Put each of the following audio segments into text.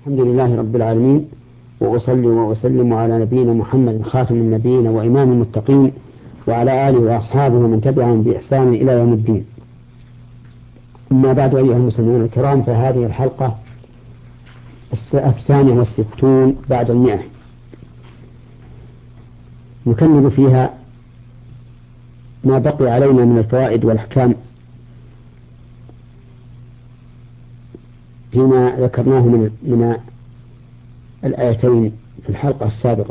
الحمد لله رب العالمين، وأصلي وأسلم على نبينا محمد خاتم النبيين وإمام المتقين، وعلى آله وأصحابه ومن تبعهم بإحسان إلى يوم الدين. أما بعد، أيها المسلمون الكرام، فهذه الحلقة 62 بعد 100، نكمل فيها ما بقي علينا من الفوائد والأحكام فيما ذكرناه من الآيتين في الحلقة السابقة.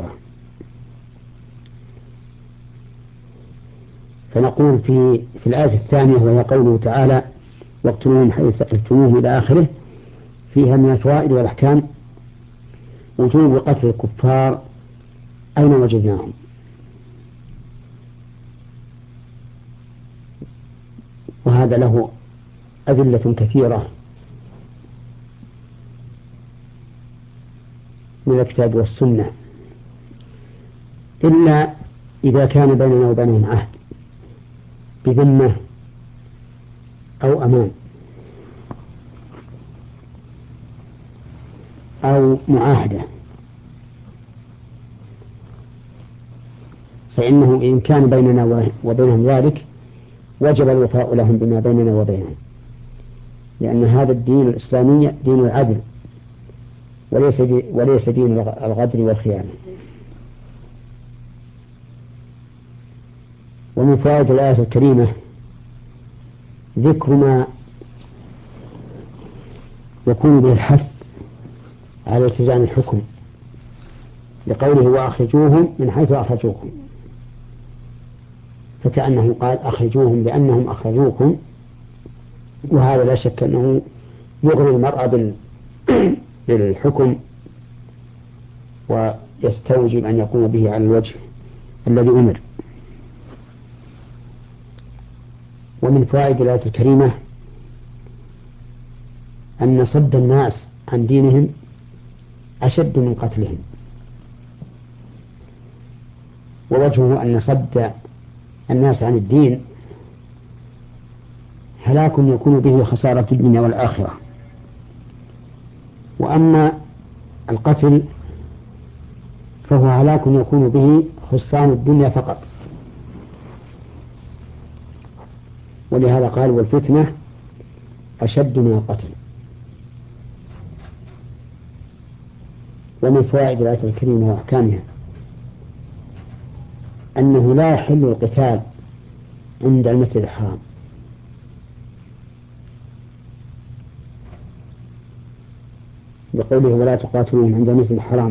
فنقول في الآية الثانية، وهي قوله تعالى: واقتلوهم حيث ثقفتموهم إلى آخره، فيها من الفوائد والأحكام وجوب قتل الكفار أين وجدناهم، وهذا له أدلة كثيرة من الكتاب والسنة، إلا إذا كان بيننا وبينهم عهد بذمة أو أمان أو معاهدة، فإنه إن كان بيننا وبينهم ذلك وجب الوفاء لهم بما بيننا وبينهم، لأن هذا الدين الإسلامي دين العدل وليس دين الغدر والخيانة. ومن فوائد الآية الكريمة ذكر ما يكون به الحث على التزام الحكم، لقوله: وأخرجوهم من حيث أخرجوكم، فكأنه قال أخرجوهم لأنهم أخرجوكم، وهذا لا شك أنه يغري المرأة بالحكم ويستوجب أن يقوم به على الوجه الذي أمر. ومن فوائد الآية الكريمة أن صد الناس عن دينهم أشد من قتلهم، ووجهه أن صد الناس عن الدين هلاك يكون به خسارة الدنيا والآخرة، وأما القتل فهو هلاك يكون به خسران الدنيا فقط. ولهذا قال: والفتنة أشد من القتل. ومن فوائد الآية الكريمة وأحكامها أنه لا يحل القتال عند المسجد الحرام، بقوله: ولا تقاتلوهم عند المسجد الحرام.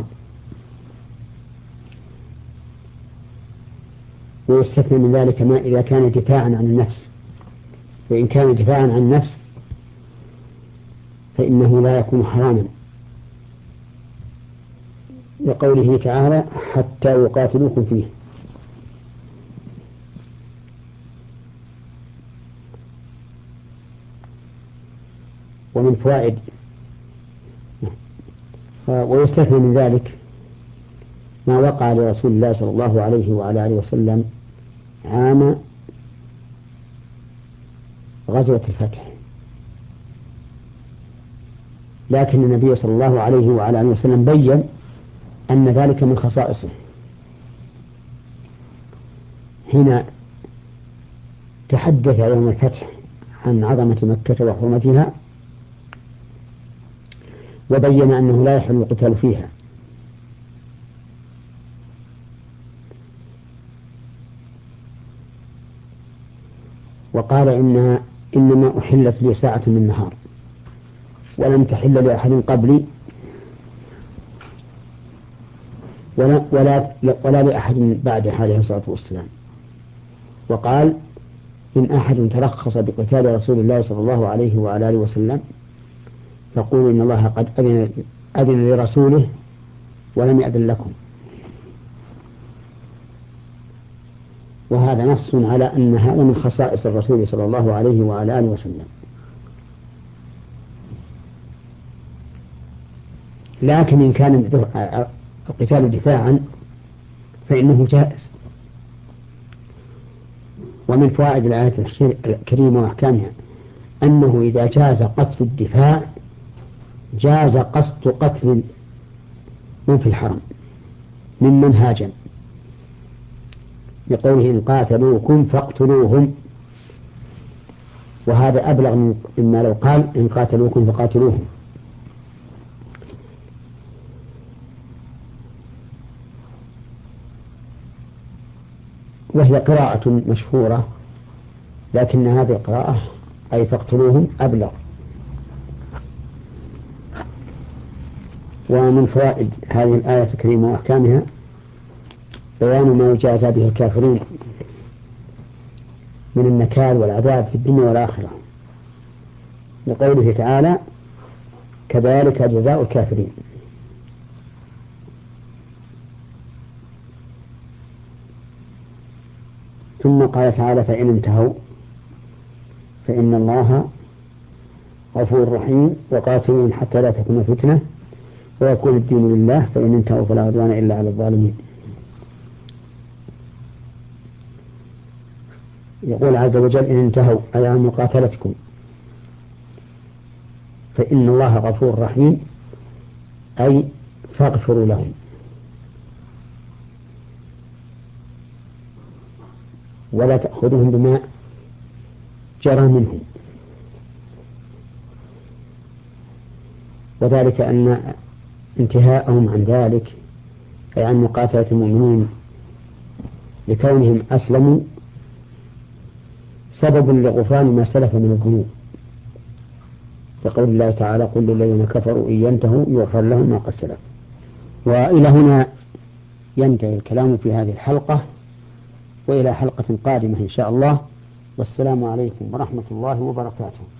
ويستثنى من ذلك ما إذا كان دفاعا عن النفس، فإن كان دفاعا عن النفس فإنه لا يكون حراما، لقوله تعالى: حتى يقاتلوكم فيه. ومن فوائد ويستثنى من ذلك ما وقع لرسول الله صلى الله عليه وعلى آله وسلم عام غزوة الفتح، لكن النبي صلى الله عليه وعلى آله وسلم بيّن أن ذلك من خصائصه، حين تحدث يوم الفتح عن عظمة مكة وحرمتها، وبين أنه لا يحل القتال فيها، وقال: إنما أحلت لي ساعة من نهار ولم تحل لأحد قبلي ولا لأحد بعد عليه الصلاة والسلام. وقال: إن أحد ترخص بقتال رسول الله صلى الله عليه وعلى آله وسلم فقولوا إن الله قد أذن لرسوله ولم يأذن لكم. وهذا نص على أن هذا من خصائص الرسول صلى الله عليه وعلى آله وسلم. لكن إن كان القتال دفاعا فإنه جائز. ومن فوائد الآية الكريمة وأحكامها أنه إذا جاز قتل الدفاع جاز قصد قتل من في الحرم ممن هاجم، لقوله إن قاتلوكم فاقتلوهم، وهذا أبلغ مما لو قال إن قاتلوكم فقاتلوهم. وهي قراءة مشهورة، لكن هذه القراءة أي فاقتلوهم أبلغ. ومن فوائد هذه الآية الكريمة وأحكامها بيان ما يجازى به الكافرين من النكال والعذاب في الدنيا والآخرة، لقوله تعالى كذلك جزاء الكافرين. ثم قال تعالى فإن انتهوا فإن الله غفور رحيم وقاتلون حتى لا تكون فتنة ويكون الدين لله فإن انتهوا فلا عدوان إلا على الظالمين. يقول عز وجل إن انتهوا أي عن مقاتلتكم فإن الله غفور رحيم أي فاغفروا لهم. ولا تأخذهم بما جرى منهم، وذلك أن انتهاءهم عن ذلك أي عن مقاتلة المؤمنين لكونهم أسلموا سبب لغفران ما سلف من الذنوب، لقول الله تعالى قل للذين كفروا إن ينتهوا يغفر لهم ما قد سلف. وإلى هنا ينتهي الكلام في هذه الحلقة، وإلى حلقة قادمة إن شاء الله، والسلام عليكم ورحمة الله وبركاته.